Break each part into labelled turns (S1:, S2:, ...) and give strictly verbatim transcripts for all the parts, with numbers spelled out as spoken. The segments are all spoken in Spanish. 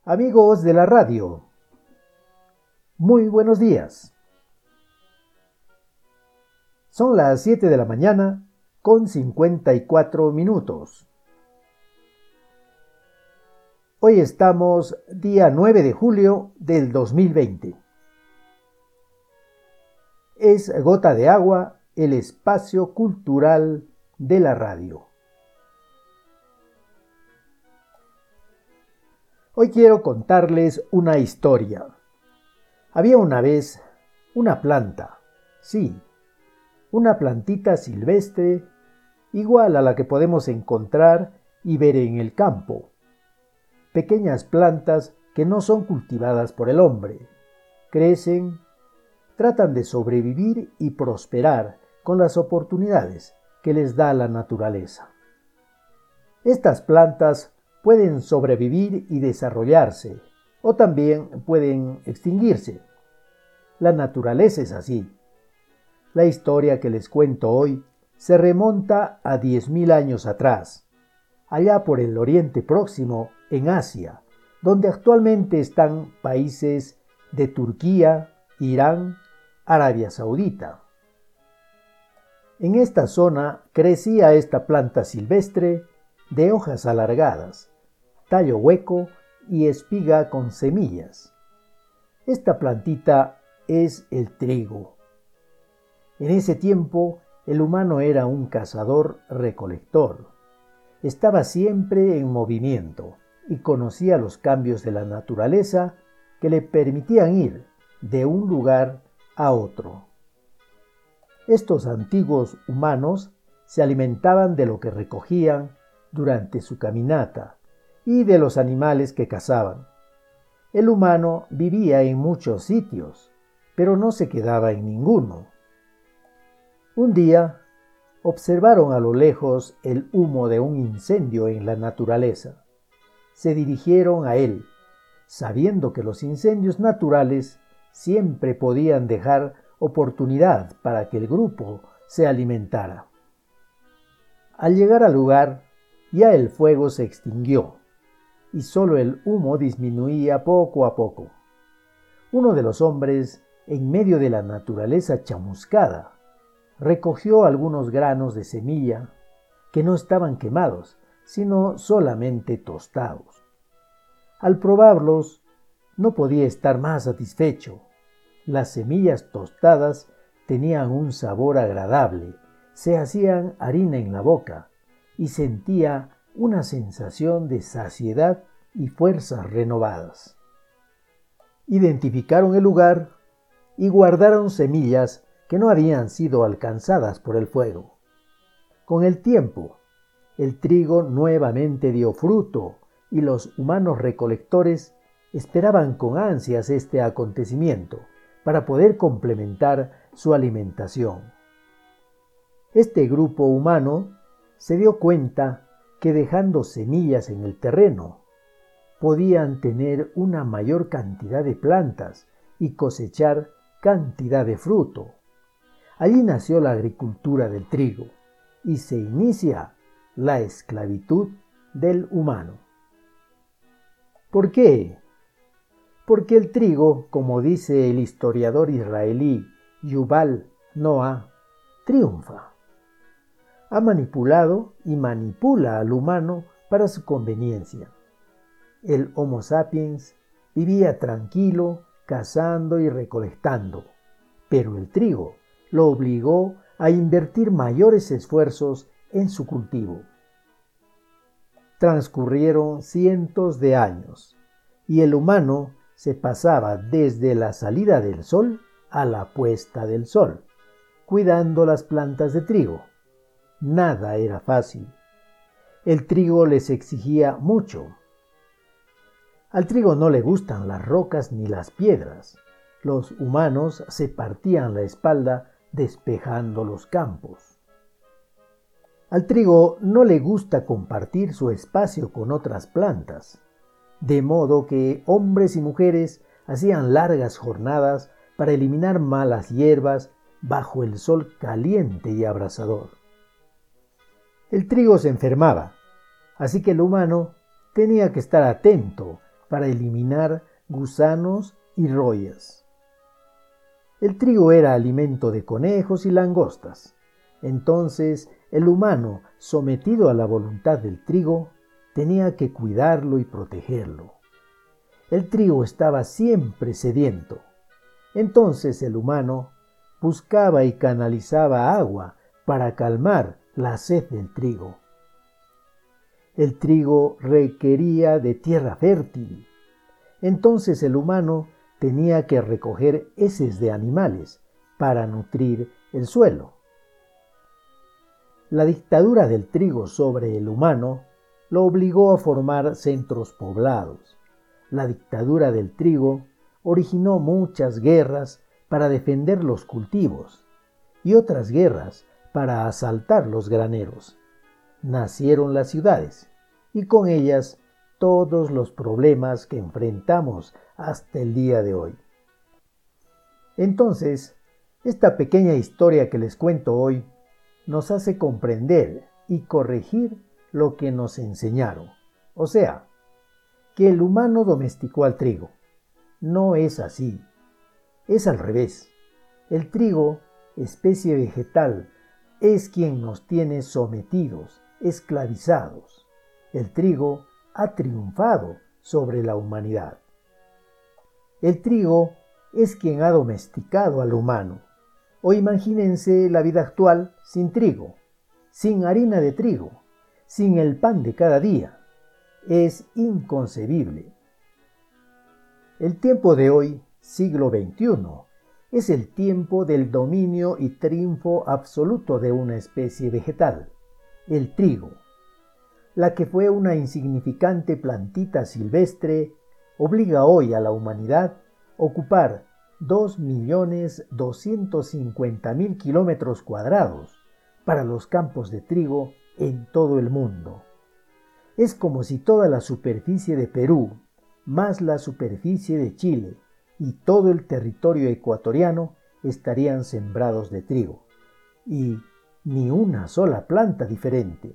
S1: Amigos de la radio, muy buenos días. Son las siete de la mañana con cincuenta y cuatro minutos. Hoy estamos día nueve de julio del dos mil veinte. Es Gota de Agua, el espacio cultural de la radio. Hoy quiero contarles una historia. Había una vez una planta, sí, una plantita silvestre, igual a la que podemos encontrar y ver en el campo. Pequeñas plantas que no son cultivadas por el hombre. Crecen, tratan de sobrevivir y prosperar con las oportunidades que les da la naturaleza. Estas plantas pueden sobrevivir y desarrollarse, o también pueden extinguirse. La naturaleza es así. La historia que les cuento hoy se remonta a diez mil años atrás, allá por el Oriente Próximo, en Asia, donde actualmente están países de Turquía, Irán, Arabia Saudita. En esta zona crecía esta planta silvestre de hojas alargadas, tallo hueco y espiga con semillas. Esta plantita es el trigo. En ese tiempo el humano era un cazador-recolector. Estaba siempre en movimiento y conocía los cambios de la naturaleza que le permitían ir de un lugar a otro. Estos antiguos humanos se alimentaban de lo que recogían durante su caminata y de los animales que cazaban. El humano vivía en muchos sitios, pero no se quedaba en ninguno. Un día observaron a lo lejos el humo de un incendio en la naturaleza. Se dirigieron a él, sabiendo que los incendios naturales siempre podían dejar oportunidad para que el grupo se alimentara. Al llegar al lugar, ya el fuego se extinguió y solo el humo disminuía poco a poco. Uno de los hombres, en medio de la naturaleza chamuscada, recogió algunos granos de semilla que no estaban quemados, sino solamente tostados. Al probarlos, no podía estar más satisfecho. Las semillas tostadas tenían un sabor agradable, se hacían harina en la boca y sentía una sensación de saciedad y fuerzas renovadas. Identificaron el lugar y guardaron semillas que no habían sido alcanzadas por el fuego. Con el tiempo, el trigo nuevamente dio fruto y los humanos recolectores esperaban con ansias este acontecimiento para poder complementar su alimentación. Este grupo humano se dio cuenta que dejando semillas en el terreno, podían tener una mayor cantidad de plantas y cosechar cantidad de fruto. Allí nació la agricultura del trigo y se inicia la esclavitud del humano. ¿Por qué? Porque el trigo, como dice el historiador israelí Yuval Noah, triunfa. Ha manipulado y manipula al humano para su conveniencia. El Homo sapiens vivía tranquilo, cazando y recolectando, pero el trigo lo obligó a invertir mayores esfuerzos en su cultivo. Transcurrieron cientos de años y el humano se pasaba desde la salida del sol a la puesta del sol, cuidando las plantas de trigo. Nada era fácil. El trigo les exigía mucho. Al trigo no le gustan las rocas ni las piedras. Los humanos se partían la espalda despejando los campos. Al trigo no le gusta compartir su espacio con otras plantas, de modo que hombres y mujeres hacían largas jornadas para eliminar malas hierbas bajo el sol caliente y abrasador. El trigo se enfermaba, así que el humano tenía que estar atento para eliminar gusanos y royas. El trigo era alimento de conejos y langostas. Entonces el humano, sometido a la voluntad del trigo, tenía que cuidarlo y protegerlo. El trigo estaba siempre sediento. Entonces el humano buscaba y canalizaba agua para calmar la sed del trigo. El trigo requería de tierra fértil. Entonces el humano tenía que recoger heces de animales para nutrir el suelo. La dictadura del trigo sobre el humano lo obligó a formar centros poblados. La dictadura del trigo originó muchas guerras para defender los cultivos y otras guerras para asaltar los graneros. Nacieron las ciudades y con ellas todos los problemas que enfrentamos hasta el día de hoy. Entonces, esta pequeña historia que les cuento hoy nos hace comprender y corregir lo que nos enseñaron. O sea, que el humano domesticó al trigo. No es así. Es al revés. El trigo, especie vegetal, es quien nos tiene sometidos, esclavizados. El trigo ha triunfado sobre la humanidad. El trigo es quien ha domesticado al humano. O imagínense la vida actual sin trigo, sin harina de trigo, sin el pan de cada día. Es inconcebible. El tiempo de hoy, siglo veintiuno, es el tiempo del dominio y triunfo absoluto de una especie vegetal, el trigo. La que fue una insignificante plantita silvestre obliga hoy a la humanidad a ocupar dos millones doscientos cincuenta mil kilómetros cuadrados para los campos de trigo en todo el mundo. Es como si toda la superficie de Perú, más la superficie de Chile y todo el territorio ecuatoriano estarían sembrados de trigo, y ni una sola planta diferente.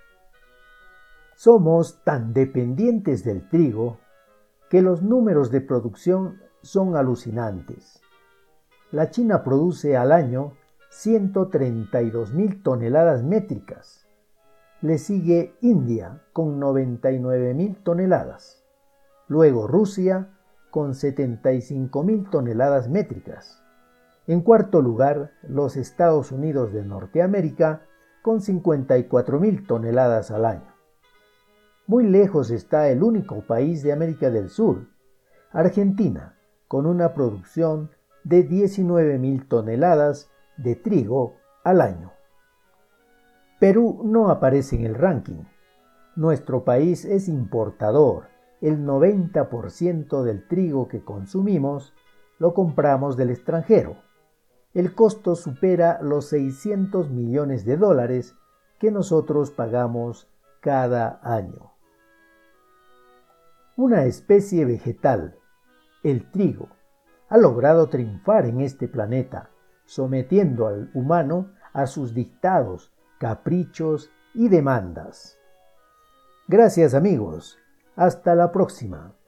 S1: Somos tan dependientes del trigo que los números de producción son alucinantes. La China produce al año ciento treinta y dos mil toneladas métricas. Le sigue India con noventa y nueve mil toneladas. Luego Rusia con setenta y cinco mil toneladas métricas. En cuarto lugar, los Estados Unidos de Norteamérica con cincuenta y cuatro mil toneladas al año. Muy lejos está el único país de América del Sur, Argentina, con una producción de diecinueve mil toneladas de trigo al año. Perú no aparece en el ranking. Nuestro país es importador. El noventa por ciento del trigo que consumimos lo compramos del extranjero. El costo supera los seiscientos millones de dólares que nosotros pagamos cada año. Una especie vegetal, el trigo, ha logrado triunfar en este planeta, sometiendo al humano a sus dictados, caprichos y demandas. Gracias, amigos. Hasta la próxima.